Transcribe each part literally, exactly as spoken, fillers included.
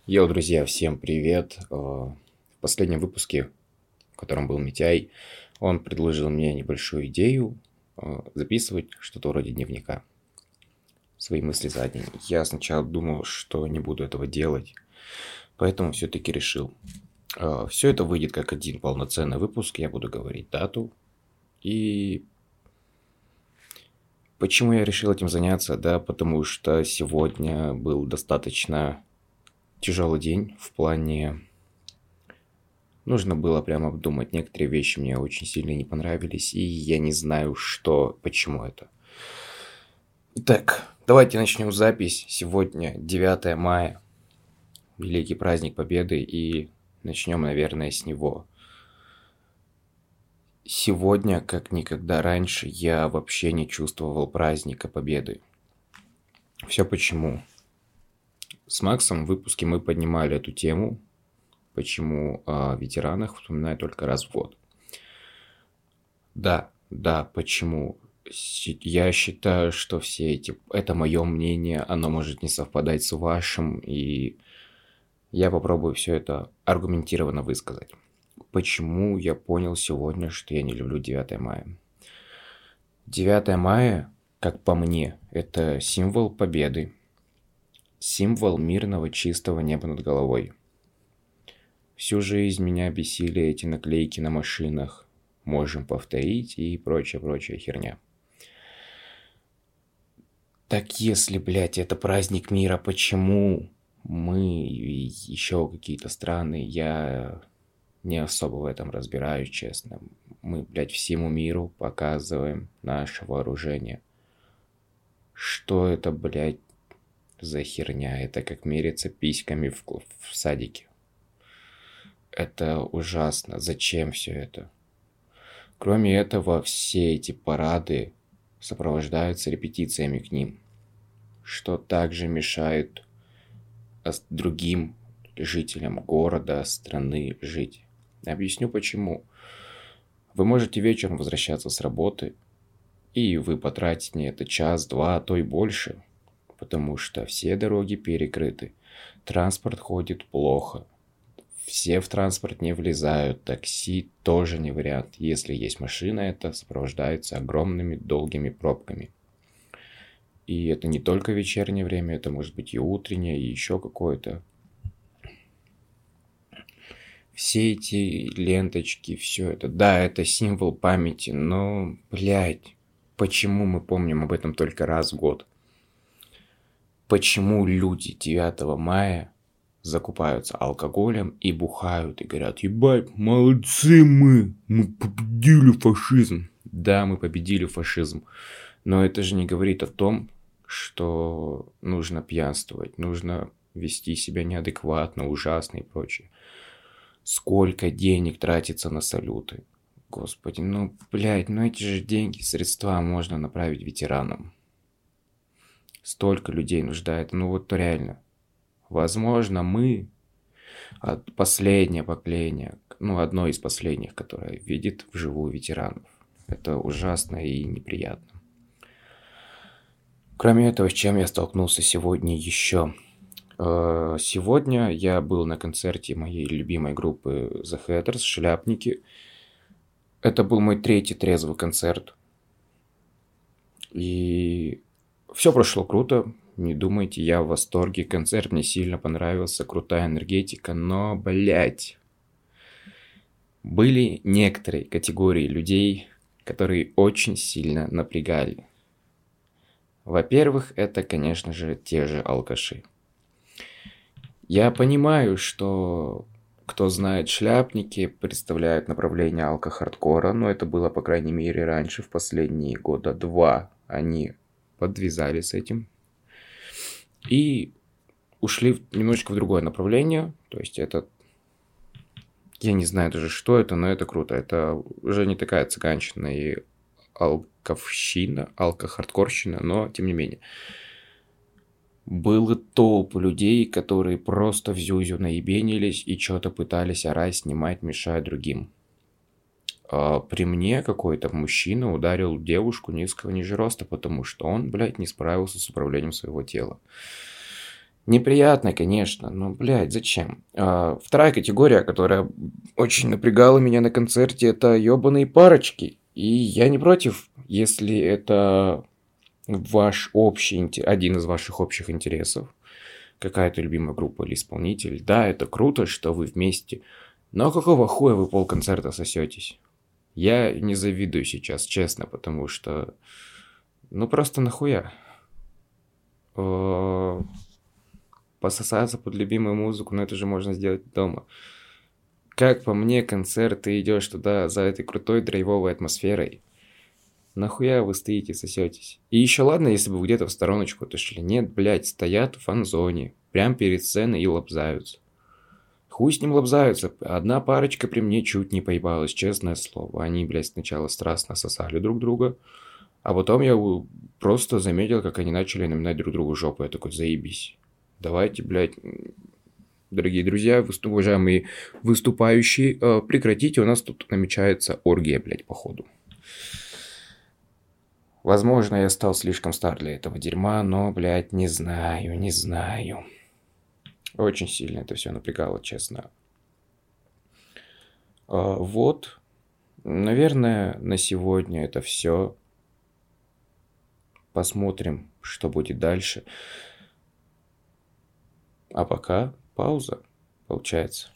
Йоу, друзья, всем привет. Э, В последнем выпуске, в котором был Митяй, он предложил мне небольшую идею э, записывать что-то вроде дневника. Свои мысли за день. Я сначала думал, что не буду этого делать, поэтому все-таки решил. Все это выйдет как один полноценный выпуск. Я буду говорить дату. И почему я решил этим заняться? Да, потому что сегодня был достаточно тяжелый день в плане. Нужно было прямо обдумать. Некоторые вещи мне очень сильно не понравились, и я не знаю, что, почему это. Итак, давайте начнем запись. Сегодня девятое мая, великий праздник Победы, и начнем, наверное, с него. Сегодня, как никогда раньше, я вообще не чувствовал праздника Победы. Все почему? С Максом в выпуске мы поднимали эту тему, почему о ветеранах вспоминаю только раз в год. Да, да, почему? Си- Я считаю, что все эти... Это мое мнение, оно может не совпадать с вашим, и я попробую все это аргументированно высказать. Почему я понял сегодня, что я не люблю девятое мая? Девятое мая, как по мне, это символ победы, символ мирного чистого неба над головой. Всю жизнь меня бесили эти наклейки на машинах, можем повторить и прочая-прочая херня. Так если, блядь, это праздник мира, почему мы и еще какие-то страны, я не особо в этом разбираюсь, честно. Мы, блядь, всему миру показываем наше вооружение. Что это, блядь, за херня? Это как мериться письками в, кл- в садике. Это ужасно. Зачем все это? Кроме этого, все эти парады сопровождаются репетициями к ним, что также мешает ос- другим жителям города, страны жить. Объясню почему. Вы можете вечером возвращаться с работы, и вы потратите на это час, два, а то и больше, потому что все дороги перекрыты. Транспорт ходит плохо. Все в транспорт не влезают, такси тоже не вариант. Если есть машина, это сопровождается огромными долгими пробками. И это не только вечернее время, это может быть и утреннее, и еще какое-то. Все эти ленточки, все это, да, это символ памяти, но, блядь, почему мы помним об этом только раз в год? Почему люди девятого мая закупаются алкоголем и бухают, и говорят: ебать, молодцы мы, мы победили фашизм. Да, мы победили фашизм, но это же не говорит о том, что нужно пьянствовать, нужно вести себя неадекватно, ужасно и прочее. Сколько денег тратится на салюты? Господи, ну, блядь, ну эти же деньги, средства можно направить ветеранам. Столько людей нуждается, ну вот реально. Возможно, мы от последнее поколение, ну, одно из последних, которое видит вживую ветеранов. Это ужасно и неприятно. Кроме этого, с чем я столкнулся сегодня еще? Э, Сегодня я был на концерте моей любимой группы The Hatters, Шляпники. Это был мой третий трезвый концерт. И все прошло круто. Не думайте, я в восторге. Концерт мне сильно понравился. Крутая энергетика. Но, блядь, были некоторые категории людей, которые очень сильно напрягали. Во-первых, это, конечно же, те же алкаши. Я понимаю, что кто знает шляпники, представляют направление алко-хардкора, но это было, по крайней мере, раньше, в последние года два. Они подвязали с этим и ушли немножечко в другое направление. То есть это, я не знаю даже, что это, но это круто. Это уже не такая цыганщина и алковщина, алко-хардкорщина, но тем не менее. Было толпы людей, которые просто в зюзю наебенились и что-то пытались орать, снимать, мешая другим. А при мне какой-то мужчина ударил девушку низкого ниже роста, потому что он, блядь, не справился с управлением своего тела. Неприятно, конечно, но, блядь, зачем? А, вторая категория, которая очень напрягала меня на концерте, это ёбаные парочки. И я не против, если это ваш общий, инте- один из ваших общих интересов, какая-то любимая группа или исполнитель. Да, это круто, что вы вместе. Но какого хуя вы полконцерта сосетесь? Я не завидую сейчас, честно, потому что... Ну просто нахуя? Э, Пососаться под любимую музыку, но это же можно сделать дома. Как по мне, концерт, ты идешь туда за этой крутой драйвовой атмосферой. Нахуя вы стоите, сосетесь? И еще ладно, если бы вы где-то в стороночку отошли. Нет, блядь, стоят в фан-зоне, прям перед сценой и лобзаются. Хуй с ним лобзаются. Одна парочка при мне чуть не поебалась, честное слово. Они, блядь, сначала страстно сосали друг друга, а потом я у- просто заметил, как они начали наминать друг другу жопу. Я такой, заебись. Давайте, блядь, дорогие друзья, выступ- уважаемые выступающие, э, прекратите, у нас тут намечается оргия, блядь, походу. Возможно, я стал слишком стар для этого дерьма, но, блядь, не знаю, не знаю. Очень сильно это все напрягало, честно. А, вот, наверное, на сегодня это все. Посмотрим, что будет дальше. А пока пауза, получается.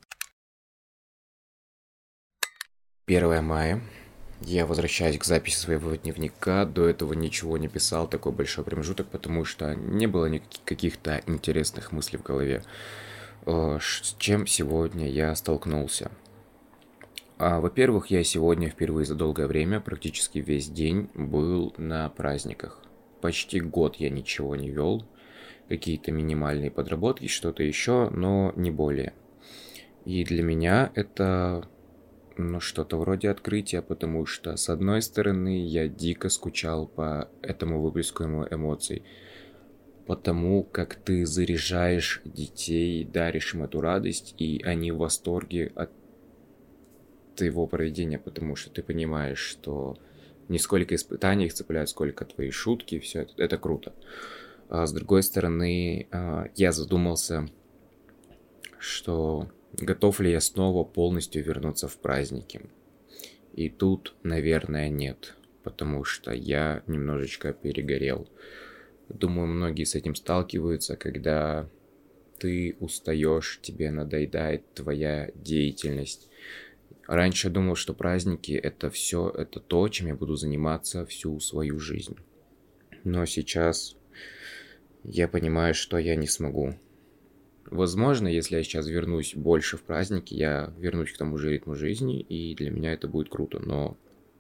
первое мая. Я возвращаюсь к записи своего дневника. До этого ничего не писал, такой большой промежуток, потому что не было никаких каких-то интересных мыслей в голове. Э, ш- С чем сегодня я столкнулся? А, Во-первых, я сегодня впервые за долгое время, практически весь день, был на праздниках. Почти год я ничего не вел, какие-то минимальные подработки, что-то еще, но не более. И для меня это, ну, что-то вроде открытия, потому что, с одной стороны, я дико скучал по этому выплеску эмо- эмоций, потому как ты заряжаешь детей, даришь им эту радость, и они в восторге от твоего проведения, потому что ты понимаешь, что не сколько испытаний их цепляют, сколько твои шутки, все это, это круто. А с другой стороны, а, я задумался, что готов ли я снова полностью вернуться в праздники. И тут, наверное, нет, потому что я немножечко перегорел. Думаю, многие с этим сталкиваются, когда ты устаешь, тебе надоедает твоя деятельность. Раньше я думал, что праздники это все, это то, чем я буду заниматься всю свою жизнь. Но сейчас я понимаю, что я не смогу. Возможно, если я сейчас вернусь больше в праздники, я вернусь к тому же ритму жизни, и для меня это будет круто, но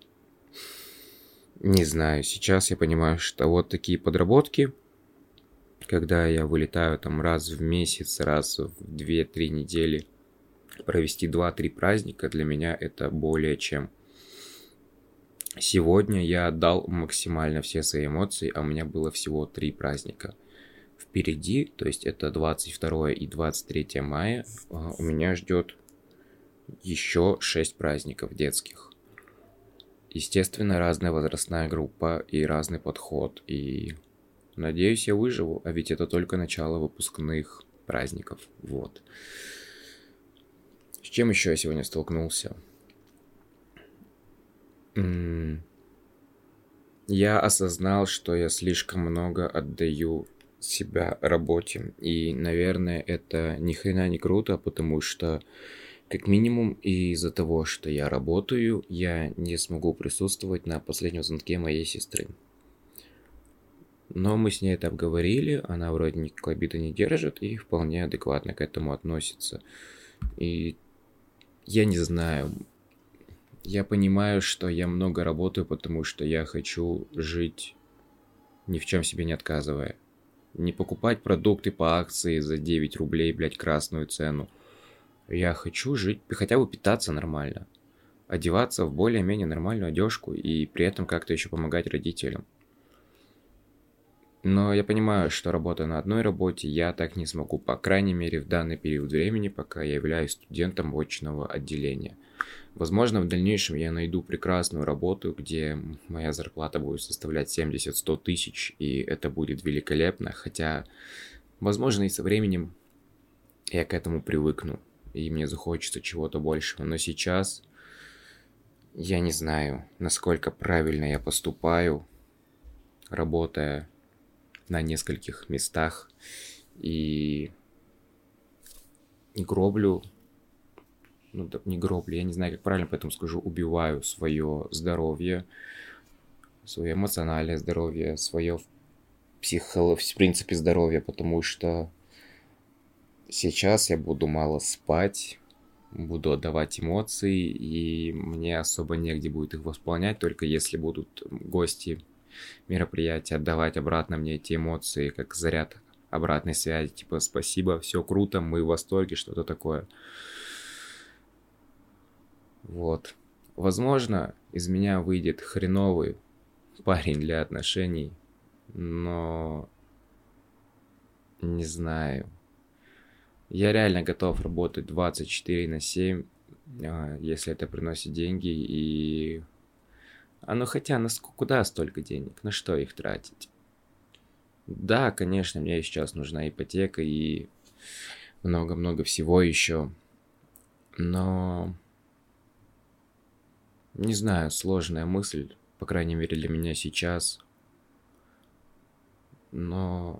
не знаю, сейчас я понимаю, что вот такие подработки, когда я вылетаю там раз в месяц, раз в две-три недели, провести два-три праздника, для меня это более чем. Сегодня я отдал максимально все свои эмоции, а у меня было всего три праздника. Впереди, то есть это двадцать второе и двадцать третье мая, а, у меня ждет еще шесть праздников детских. Естественно, разная возрастная группа и разный подход. И надеюсь, я выживу, а ведь это только начало выпускных праздников. Вот. С чем еще я сегодня столкнулся? М, Я осознал, что я слишком много отдаю себя работе. И, наверное, это ни хрена не круто, потому что, как минимум, из-за того, что я работаю, я не смогу присутствовать на последнем звонке моей сестры. Но мы с ней это обговорили, она вроде никакой обиды не держит и вполне адекватно к этому относится. И я не знаю, я понимаю, что я много работаю, потому что я хочу жить, ни в чем себе не отказывая. Не покупать продукты по акции за девять рублей, блядь, красную цену. Я хочу жить, хотя бы питаться нормально. Одеваться в более-менее нормальную одежку и при этом как-то еще помогать родителям. Но я понимаю, что работая на одной работе, я так не смогу, по крайней мере, в данный период времени, пока я являюсь студентом очного отделения. Возможно, в дальнейшем я найду прекрасную работу, где моя зарплата будет составлять семьдесят-сто тысяч, и это будет великолепно, хотя Возможно, и со временем я к этому привыкну, и мне захочется чего-то большего. Но сейчас я не знаю, насколько правильно я поступаю, работая на нескольких местах и гроблю, ну да, не гроблю, я не знаю, как правильно поэтому скажу, убиваю свое здоровье, свое эмоциональное здоровье, свое психо, в принципе, здоровье, потому что сейчас я буду мало спать, буду отдавать эмоции, и мне особо негде будет их восполнять, только если будут гости мероприятия отдавать обратно мне эти эмоции, как заряд обратной связи, типа спасибо, все круто, мы в восторге, что-то такое. Вот. Возможно, из меня выйдет хреновый парень для отношений, но не знаю. Я реально готов работать двадцать четыре на семь, если это приносит деньги, и... А ну хотя, на ск- куда столько денег? На что их тратить? Да, конечно, мне сейчас нужна ипотека и много-много всего еще. Но... Не знаю, сложная мысль, по крайней мере для меня сейчас. Но...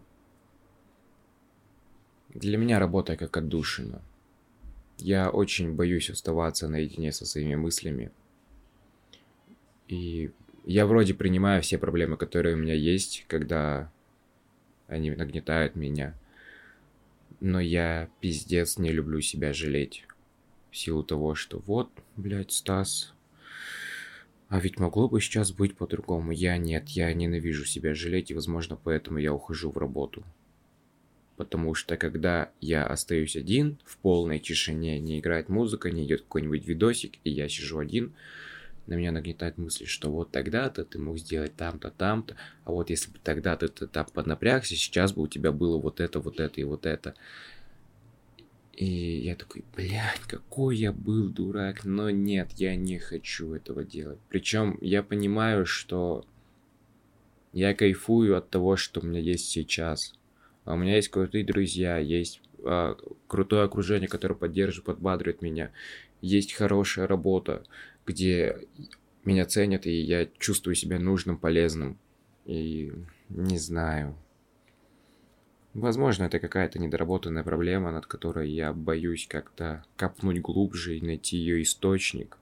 Для меня работа как отдушина. Я очень боюсь оставаться наедине со своими мыслями. И я вроде принимаю все проблемы, которые у меня есть, когда они нагнетают меня. Но я пиздец не люблю себя жалеть. В силу того, что вот, блядь, Стас, а ведь могло бы сейчас быть по-другому. Я нет, я ненавижу себя жалеть, и, возможно, поэтому я ухожу в работу. Потому что когда я остаюсь один, в полной тишине, не играет музыка, не идет какой-нибудь видосик, и я сижу один, на меня нагнетает мысль, что вот тогда-то ты мог сделать там-то, там-то, а вот если бы тогда-то ты там поднапрягся, сейчас бы у тебя было вот это, вот это и вот это. И я такой, блядь, какой я был дурак, но нет, я не хочу этого делать. Причем я понимаю, что я кайфую от того, что у меня есть сейчас. А у меня есть крутые друзья, есть а, крутое окружение, которое поддерживает, подбадривает меня. Есть хорошая работа, где меня ценят, и я чувствую себя нужным, полезным. И не знаю. Возможно, это какая-то недоработанная проблема, над которой я боюсь как-то копнуть глубже и найти ее источник.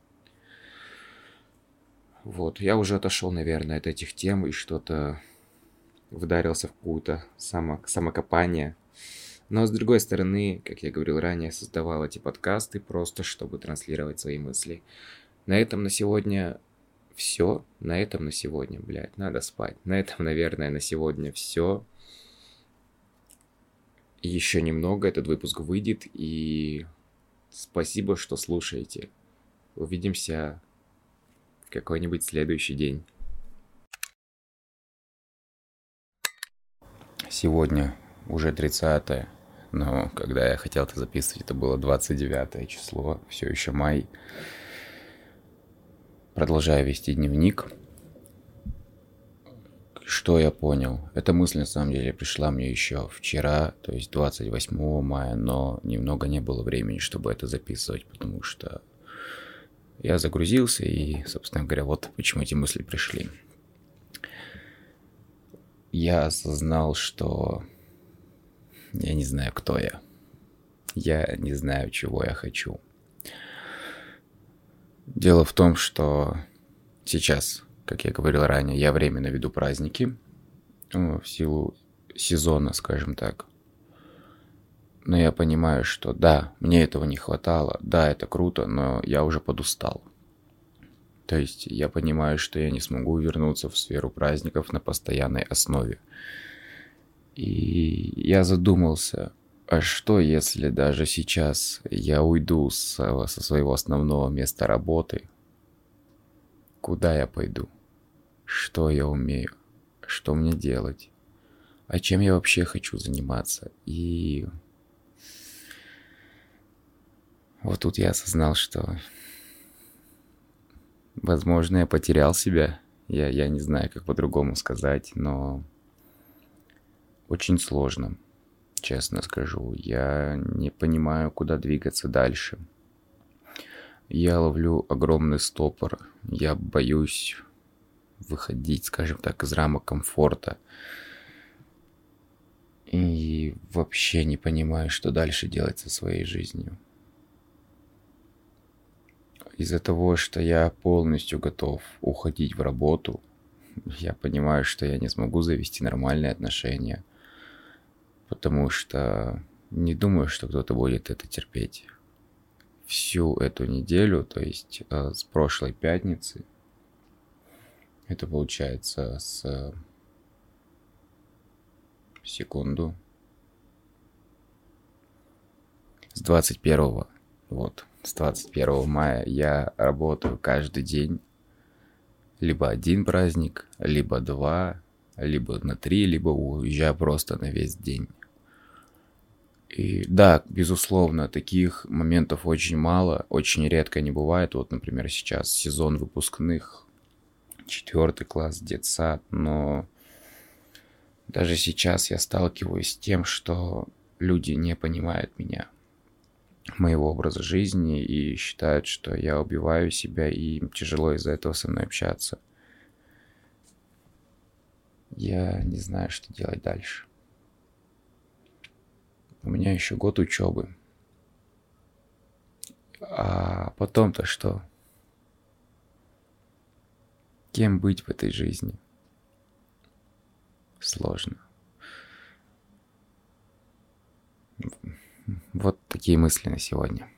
Вот, я уже отошел, наверное, от этих тем и что-то вдарился в какую-то само, самокопание. Но, с другой стороны, как я говорил ранее, создавал эти подкасты просто, чтобы транслировать свои мысли. На этом на сегодня все. На этом на сегодня, блядь, надо спать. На этом, наверное, на сегодня все. Еще немного этот выпуск выйдет, и спасибо, что слушаете. Увидимся в какой-нибудь следующий день. Сегодня уже тридцатое, но когда я хотел это записывать, это было двадцать девятое число, все еще май. Продолжаю вести дневник. Что я понял? Эта мысль на самом деле пришла мне еще вчера, то есть двадцать восьмого мая, но немного не было времени, чтобы это записывать, потому что я загрузился и, собственно говоря, вот почему эти мысли пришли. Я осознал, что я не знаю, кто я. Я не знаю, чего я хочу. Дело в том, что сейчас, как я говорил ранее, я временно веду праздники в силу сезона, скажем так. Но я понимаю, что да, мне этого не хватало, да, это круто, но я уже подустал. То есть я понимаю, что я не смогу вернуться в сферу праздников на постоянной основе. И я задумался, а что если даже сейчас я уйду со, со своего основного места работы? Куда я пойду? Что я умею? Что мне делать? А чем я вообще хочу заниматься? И вот тут я осознал, что, возможно, я потерял себя. Я, я не знаю, как по-другому сказать, но очень сложно. честно скажу. Я не понимаю, куда двигаться дальше. Я ловлю огромный стопор. Я боюсь выходить, скажем так, из рамок комфорта. И вообще не понимаю, что дальше делать со своей жизнью. Из-за того, что я полностью готов уходить в работу, я понимаю, что я не смогу завести нормальные отношения. Потому что не думаю, что кто-то будет это терпеть. Всю эту неделю, то есть э, с прошлой пятницы, это получается с секунду, с двадцать первого, вот, с двадцать первого мая я работаю каждый день, либо один праздник, либо два, либо на три, либо уезжаю просто на весь день. И да, безусловно, таких моментов очень мало, очень редко не бывает. Вот, например, сейчас сезон выпускных, четвертый класс, детсад, но даже сейчас я сталкиваюсь с тем, что люди не понимают меня, моего образа жизни и считают, что я убиваю себя, и им тяжело из-за этого со мной общаться. Я не знаю, что делать дальше. У меня еще год учебы. А потом-то что? Кем быть в этой жизни? Сложно. Вот такие мысли на сегодня.